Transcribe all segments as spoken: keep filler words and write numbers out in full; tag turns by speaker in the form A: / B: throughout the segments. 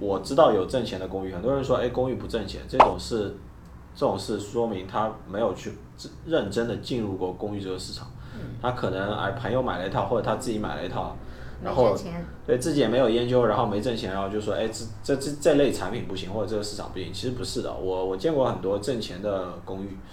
A: 我知道有挣钱的公寓，很多人说哎公寓不挣钱，这种是这种是说明他没有去认真的进入过公寓这个市场，他可能哎朋友买了一套或者他自己买了一套，然后对自己也没有研究，然后没挣钱，然后就说哎这这这这类产品不行或者这个市场不行，其实不是的，我我见过很多挣钱的公寓。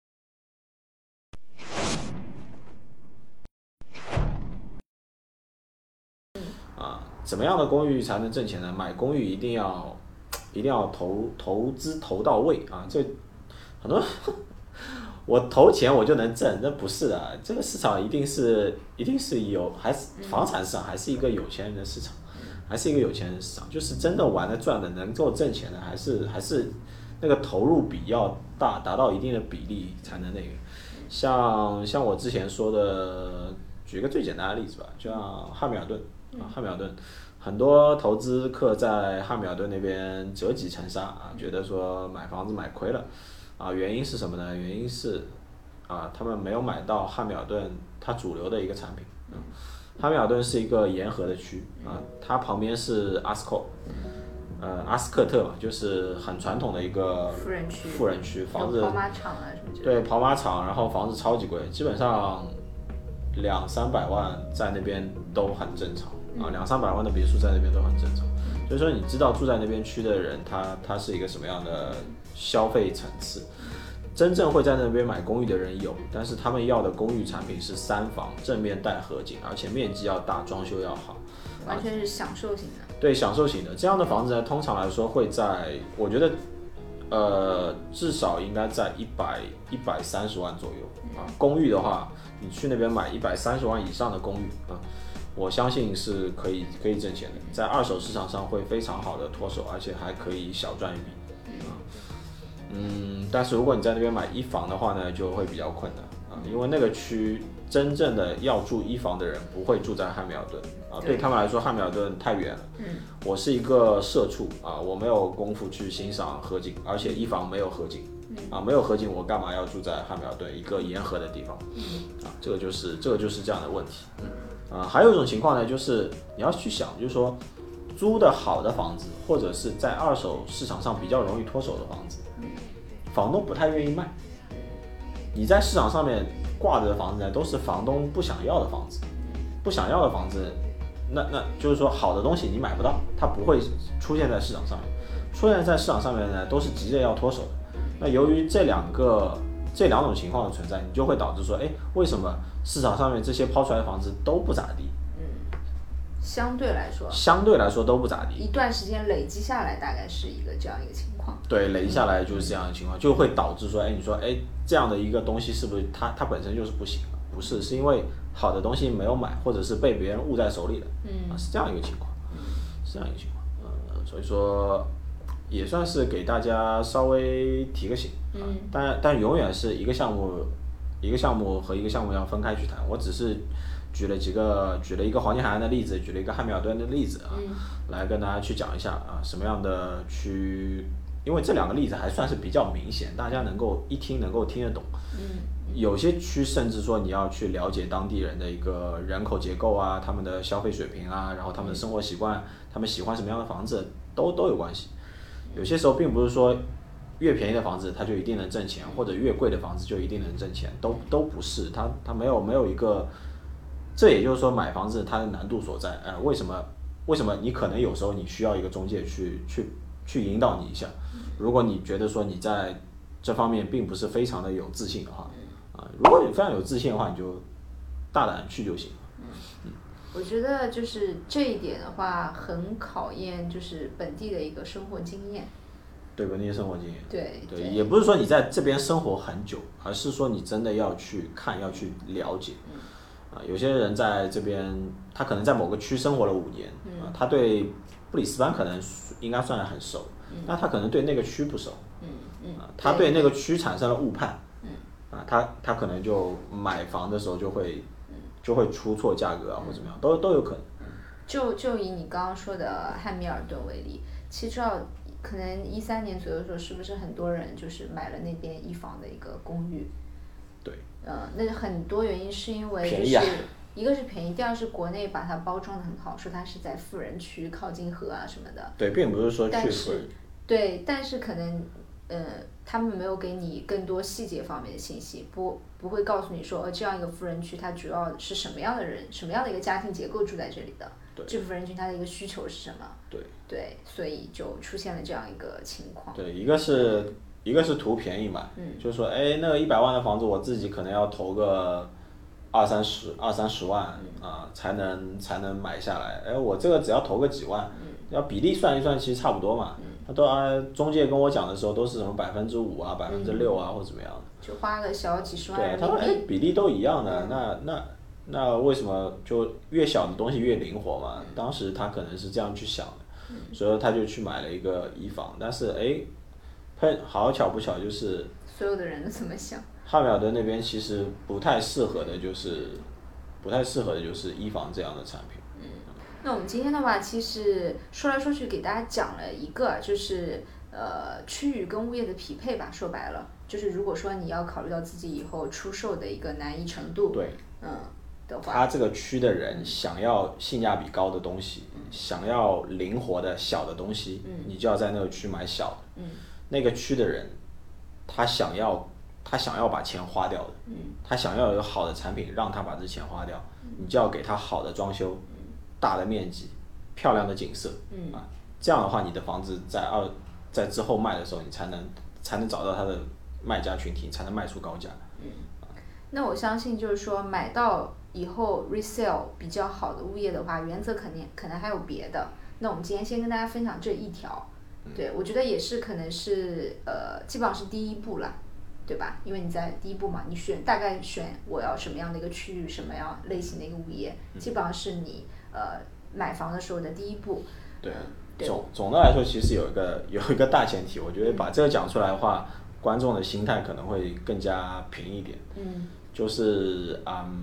A: 啊，怎么样的公寓才能挣钱呢？买公寓一定要一定要投投资投到位啊！这很多我投钱我就能挣，那不是的，这个市场一定是一定是有，还是房产市场还是一个有钱人的市场，还是一个有钱人的市场，就是真的玩的赚的能够挣钱的，还是还是那个投入比要大，达到一定的比例才能那个。像像我之前说的，举一个最简单的例子吧，就像汉密尔顿啊，汉密尔顿，很多投资客在汉密尔顿那边折戟沉沙啊，觉得说买房子买亏了，啊，原因是什么呢？原因是啊，他们没有买到汉密尔顿它主流的一个产品。嗯，汉密尔顿是一个沿河的区啊，它旁边是阿斯科。呃，阿斯克特嘛，就是很传统的一个
B: 富人区，
A: 富人区，房子
B: 跑马场啊什么之类的。
A: 对，跑马场，然后房子超级贵，基本上两三百万在那边都很正常啊，两三百万的别墅在那边都很正常。所以说，你知道住在那边区的人，他他是一个什么样的消费层次？真正会在那边买公寓的人有，但是他们要的公寓产品是三房，正面带河景，而且面积要大，装修要好，
B: 完全是享受型的。
A: 对，享受型的这样的房子呢，通常来说会在，我觉得，呃，至少应该在一百一百三十万左右啊。公寓的话，你去那边买一百三十万以上的公寓啊，我相信是可以可以挣钱的，在二手市场上会非常好的脱手，而且还可以小赚一笔啊。嗯，但是如果你在那边买一房的话呢，就会比较困难啊，因为那个区真正的要住一房的人不会住在汉密尔顿啊，对他们来说汉密尔顿太远了。嗯，我是一个社畜啊，我没有功夫去欣赏河景，而且一房没有河景。啊，没有河景，我干嘛要住在汉密尔顿一个沿河的地方？啊，这个就是这个就是这样的问题。啊，还有一种情况呢，就是你要去想，就是说租的好的房子，或者是在二手市场上比较容易脱手的房子，房东不太愿意卖。你在市场上面挂着的房子呢，都是房东不想要的房子，不想要的房子，那那就是说好的东西你买不到，它不会出现在市场上面，出现在市场上面呢，都是急着要脱手的。那由于这两个这两种情况的存在，你就会导致说，哎，为什么市场上面这些抛出来的房子都不咋地？
B: 嗯，相对来说，
A: 相对来说都不咋地。
B: 一段时间累积下来，大概是一个这样一个情况。
A: 对，累积下来就是这样的情况，就会导致说，哎，你说，哎，这样的一个东西是不是它它本身就是不行了？不是，是因为好的东西没有买，或者是被别人握在手里了。嗯，啊，是这样一个情况，是这样一个情况。呃，所以说。也算是给大家稍微提个醒啊，但但永远是一个项目，一个项目和一个项目要分开去谈。我只是举了几个，举了一个黄金海岸的例子，举了一个汉密尔顿的例子啊，来跟大家去讲一下啊，什么样的区，因为这两个例子还算是比较明显，大家能够一听能够听得懂。有些区甚至说你要去了解当地人的一个人口结构啊，他们的消费水平啊，然后他们的生活习惯，他们喜欢什么样的房子，都都有关系。有些时候并不是说越便宜的房子它就一定能挣钱，或者越贵的房子就一定能挣钱，都都不是，它它没有没有一个，这也就是说买房子它的难度所在。呃，为什么为什么你可能有时候你需要一个中介去去去引导你一下，如果你觉得说你在这方面并不是非常的有自信的话，啊，如果你非常有自信的话，你就大胆去就行。
B: 嗯，我觉得就是这一点的话，很考验就是本地的一个生活经验。
A: 对本地生活经验。
B: 对
A: 对, 对，也不是说你在这边生活很久，而是说你真的要去看，要去了解。啊，有些人在这边，他可能在某个区生活了五年，啊，他对布里斯班可能应该算很熟，那他可能对那个区不熟，啊，他对那个区产生了误判，啊，他他可能就买房的时候就会就会出错价格啊，或怎么样，都都有可能。
B: 就就以你刚刚说的汉密尔顿为例，其实要可能一三年左右的时候，是不是很多人就是买了那边一房的一个公寓？
A: 对。
B: 呃，那很多原因是因为
A: 便宜啊，
B: 一个是便宜，第二是国内把它包装的很好，说它是在富人区靠近河啊什么的。
A: 对，并不是说去富人。
B: 对，但是可能，呃，他们没有给你更多细节方面的信息，不不会告诉你说，呃，这样一个富人区它主要是什么样的人，什么样的一个家庭结构住在这里的，这部分人群它的一个需求是什么？
A: 对。
B: 对，所以就出现了这样一个情况。
A: 对，一个是一个是图便宜嘛，嗯，就说哎，那个一百万的房子，我自己可能要投个二三十二三十万啊、嗯呃，才能才能买下来。哎，我这个只要投个几万，嗯、要比例算一算，其实差不多嘛。嗯、他都啊，中介跟我讲的时候都是什么百分之五啊，百分之六啊，或者怎么样的。
B: 就花个小几十万人民币。
A: 对，他说哎，比例都一样的，嗯、那那那为什么就越小的东西越灵活嘛？嗯、当时他可能是这样去想的。所以他就去买了一个一房，但是哎，碰好巧不巧就是
B: 所有的人都这么想。
A: 汉密尔顿那边其实不太适合的就是不太适合的就是一房这样的产品。
B: 嗯，那我们今天的话，其实说来说去给大家讲了一个，就是呃区域跟物业的匹配吧。说白了，就是如果说你要考虑到自己以后出售的一个难易程度，
A: 对，
B: 嗯。
A: 他这个区的人想要性价比高的东西，嗯、想要灵活的小的东西，嗯、你就要在那个区买小的。嗯、那个区的人，他想要他想要把钱花掉的，嗯、他想要有好的产品让他把这钱花掉，嗯、你就要给他好的装修，嗯、大的面积，漂亮的景色，嗯、啊，这样的话你的房子在二在之后卖的时候，你才能才能找到他的卖家群体，才能卖出高价。
B: 嗯啊、那我相信就是说买到以后 resale 比较好的物业的话，原则肯定可能还有别的。那我们今天先跟大家分享这一条，对，我觉得也是可能是呃基本上是第一步了，对吧？因为你在第一步嘛，你选大概选我要什么样的一个区域，什么样类型的一个物业，基本上是你呃买房的时候的第一步。
A: 对，总总的来说，其实有一个有一个大前提，我觉得把这个讲出来的话，嗯、观众的心态可能会更加平一点。嗯，就是嗯。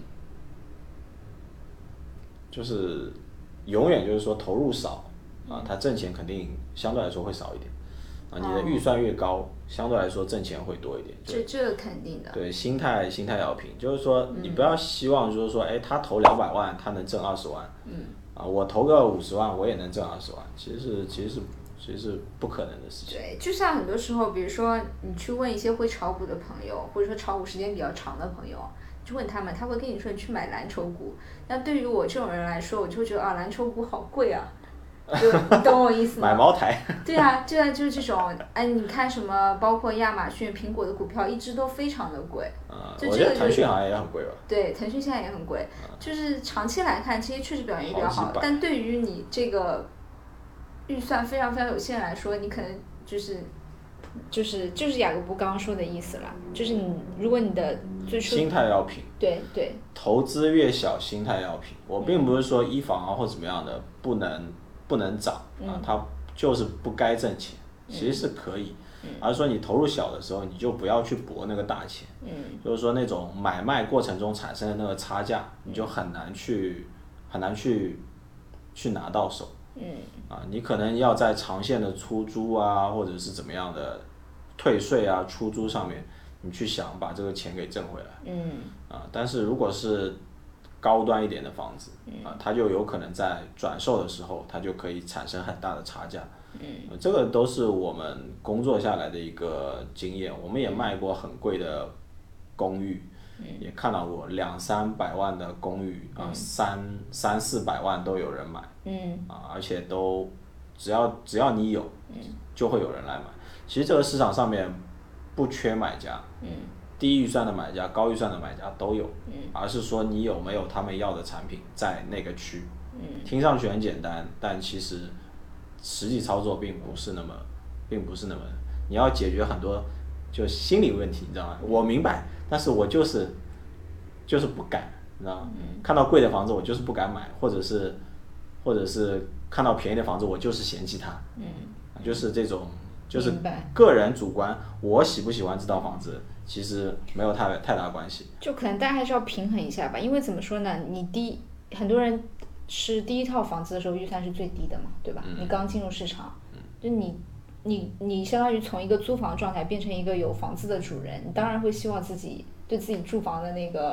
A: 就是永远就是说投入少啊，它挣钱肯定相对来说会少一点啊。你的预算越高，相对来说挣钱会多一点。
B: 这这肯定的。
A: 对，心态心态要平，就是说你不要希望就是说，哎，他投两百万，他能挣二十万。嗯。啊，我投个五十万，我也能挣二十万，其实是其实是其实是不可能的事情。
B: 对，就像很多时候，比如说你去问一些会炒股的朋友，或者说炒股时间比较长的朋友。去问他们，他会跟你说你去买蓝筹股。那对于我这种人来说，我就会觉得啊，蓝筹股好贵啊，就你懂我意思吗？
A: 买茅台。
B: 对啊，对啊，就是这种，哎，你看什么，包括亚马逊、苹果的股票，一直都非常的贵。
A: 啊、
B: 嗯，
A: 我觉得腾讯好像也很贵吧。
B: 对，腾讯现在也很贵，嗯、就是长期来看，其实确实表现也比较好。好但对于你这个预算非常非常有限来说，你可能就是。就是就是雅各布刚刚说的意思了，就是你如果你的最初
A: 心态要平，
B: 对对，
A: 投资越小心态要平。我并不是说一房啊或怎么样的不能不能涨啊，嗯、它就是不该挣钱，其实是可以，嗯、而是说你投入小的时候，你就不要去搏那个大钱，嗯、就是说那种买卖过程中产生的那个差价，你就很难去很难去去拿到手。嗯，啊，你可能要在长线的出租啊，或者是怎么样的退税啊、出租上面，你去想把这个钱给挣回来。嗯，啊，但是如果是高端一点的房子，啊，它就有可能在转售的时候，它就可以产生很大的差价。嗯，这个都是我们工作下来的一个经验，我们也卖过很贵的公寓。也看到过两三百万的公寓啊，三三四百万都有人买，嗯啊，而且都只要只要你有，就会有人来买。其实这个市场上面不缺买家，嗯，低预算的买家、高预算的买家都有，嗯，而是说你有没有他们要的产品在那个区，嗯，听上去很简单，但其实实际操作并不是那么，并不是那么，你要解决很多就心理问题，你知道吗？我明白。但是我就是就是不敢，你知道吗？嗯、看到贵的房子我就是不敢买，或者是或者是看到便宜的房子我就是嫌弃它，嗯、就是这种就是个人主观，我喜不喜欢这套房子其实没有太太大关系。
B: 就可能大家还是要平衡一下吧，因为怎么说呢？你第很多人是第一套房子的时候预算是最低的嘛，对吧？嗯、你刚进入市场，嗯、就你。你你相当于从一个租房状态变成一个有房子的主人，你当然会希望自己对自己住房的那个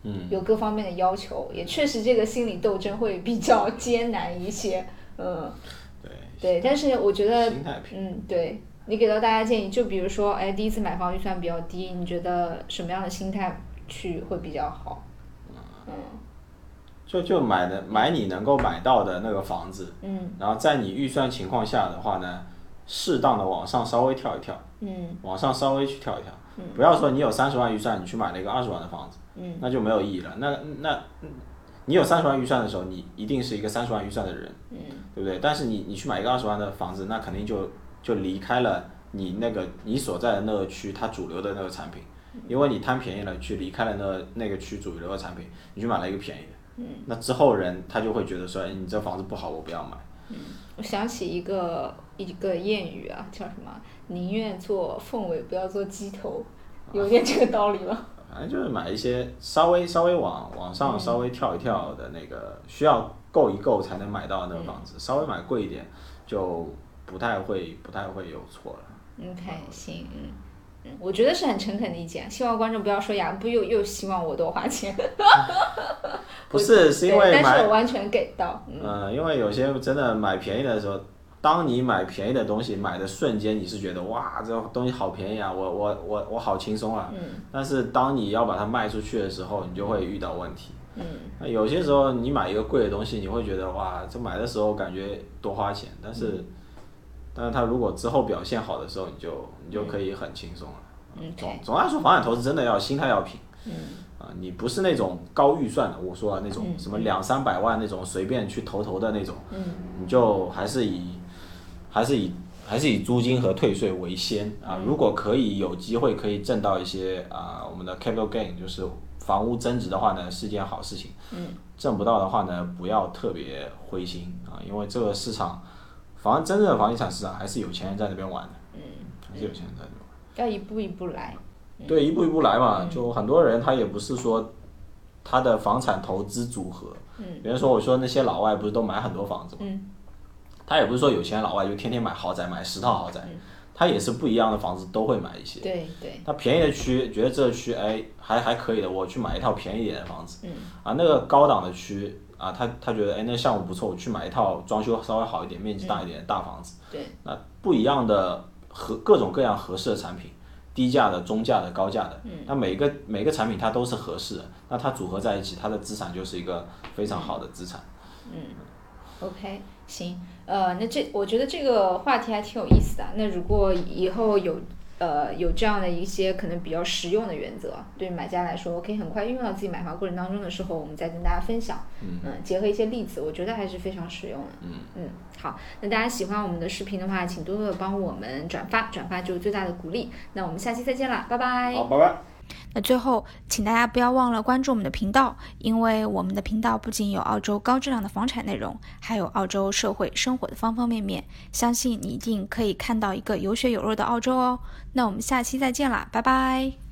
A: 嗯，
B: 有各方面的要求，也确实这个心理斗争会比较艰难一些，嗯，
A: 对
B: 对，但是我觉得，
A: 心态平，
B: 嗯，对你给到大家建议，就比如说，哎，第一次买房预算比较低，你觉得什么样的心态去会比较好？嗯，
A: 就就买的买你能够买到的那个房子，
B: 嗯，
A: 然后在你预算情况下的话呢，适当的往上稍微跳一跳，
B: 嗯，
A: 往上稍微去跳一跳，嗯，不要说你有三十万预算，你去买了一个二十万的房子，
B: 嗯，
A: 那就没有意义了。那那你有三十万预算的时候，你一定是一个三十万预算的人，
B: 嗯，
A: 对不对？但是你你去买一个二十万的房子，那肯定就就离开了你那个你所在的那个区它主流的那个产品，因为你贪便宜了，去离开了那那个区主流的产品，你去买了一个便宜的，嗯，那之后人他就会觉得说，哎，你这房子不好，我不要买。
B: 嗯，我想起一个一个谚语啊，叫什么？宁愿做凤尾，不要做鸡头，有点这个道理吗？
A: 反正就是买一些稍微稍微往往上稍微跳一跳的那个，需要够一够才能买到的那个房子，嗯，稍微买贵一点就不太会不太会有错了。
B: OK， 行，嗯嗯，我觉得是很诚恳的意见，希望观众不要说呀，不又又希望我多花钱。
A: 不是，是因为买，
B: 但是我完全给到。
A: 嗯，呃，因为有些真的买便宜的时候。当你买便宜的东西买的瞬间，你是觉得哇，这东西好便宜啊，我我我我好轻松啊。
B: 嗯。
A: 但是当你要把它卖出去的时候，你就会遇到问题。
B: 嗯。
A: 那有些时候你买一个贵的东西，你会觉得哇，这买的时候感觉多花钱，但是，嗯，但是它如果之后表现好的时候，你就你就可以很轻松了。
B: 嗯。
A: 总总的来说，房产投资真的要心态要平。
B: 嗯。
A: 啊，你不是那种高预算的，我说啊，那种什么两三百万那种随便去投投的那种，
B: 嗯，
A: 你就还是以。还是以还是以租金和退税为先啊！如果可以有机会可以挣到一些啊我们的 capital gain， 就是房屋增值的话呢，是件好事情。
B: 嗯。挣
A: 不到的话呢，不要特别灰心啊，因为这个市场，房真正的房地产市场还是有钱人在那边玩的。
B: 嗯。
A: 还是有钱人在那边玩。
B: 要一步一步来。
A: 嗯，对，一步一步来嘛。嗯，就很多人他也不是说他的房产投资组合。嗯。比如说我说那些老外不是都买很多房子吗？
B: 嗯。
A: 他也不是说有钱老外就天天买豪宅，买十套豪宅，
B: 嗯，
A: 他也是不一样的房子都会买一些。
B: 对对。
A: 他便宜的区，觉得这个区哎还还可以的，我去买一套便宜一点的房子。
B: 嗯。
A: 啊，那个高档的区啊，他他觉得哎那个项目不错，我去买一套装修稍微好一点、面积大一点的大房子。
B: 嗯，对。
A: 那不一样的合各种各样合适的产品，低价的、中价的、高价的，嗯，那每个每个产品它都是合适的，那它组合在一起，它的资产就是一个非常好的资产。
B: 嗯。OK， 行，呃，那这我觉得这个话题还挺有意思的。那如果以后有呃有这样的一些可能比较实用的原则，对买家来说，可以很快运用到自己买房过程当中的时候，我们再跟大家分享。嗯，呃、结合一些例子，我觉得还是非常实用的。
A: 嗯
B: 嗯，好，那大家喜欢我们的视频的话，请多多的帮我们转发，转发就是最大的鼓励。那我们下期再见啦，拜拜。
A: 好，拜拜。
C: 那最后，请大家不要忘了关注我们的频道，因为我们的频道不仅有澳洲高质量的房产内容，还有澳洲社会生活的方方面面，相信你一定可以看到一个有血有肉的澳洲哦。那我们下期再见啦，拜拜。